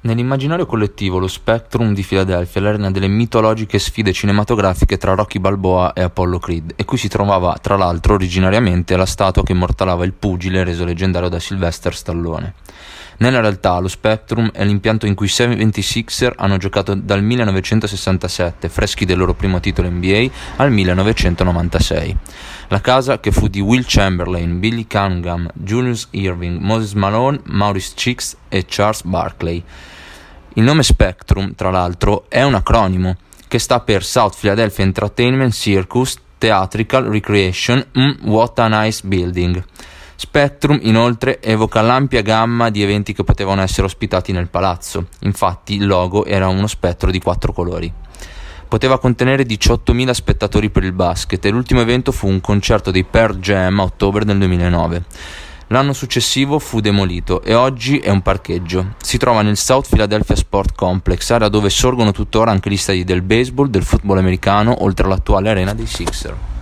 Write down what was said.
Nell'immaginario collettivo lo Spectrum di Filadelfia è l'arena delle mitologiche sfide cinematografiche tra Rocky Balboa e Apollo Creed, e qui si trovava tra l'altro originariamente la statua che immortalava il pugile reso leggendario da Sylvester Stallone. Nella realtà lo Spectrum è l'impianto in cui i 76er hanno giocato dal 1967, freschi del loro primo titolo NBA, al 1996. La casa, che fu di Will Chamberlain, Billy Cunningham, Julius Erving, Moses Malone, Maurice Cheeks e Charles Barkley. Il nome Spectrum, tra l'altro, è un acronimo che sta per South Philadelphia Entertainment Circus Theatrical Recreation What a Nice Building. Spectrum, inoltre, evoca l'ampia gamma di eventi che potevano essere ospitati nel palazzo. Infatti il logo era uno spettro di 4 colori. Poteva contenere 18.000 spettatori per il basket e l'ultimo evento fu un concerto dei Pearl Jam a ottobre del 2009. L'anno successivo fu demolito e oggi è un parcheggio. Si trova nel South Philadelphia Sport Complex, area dove sorgono tuttora anche gli stadi del baseball, del football americano, oltre all'attuale arena dei Sixers.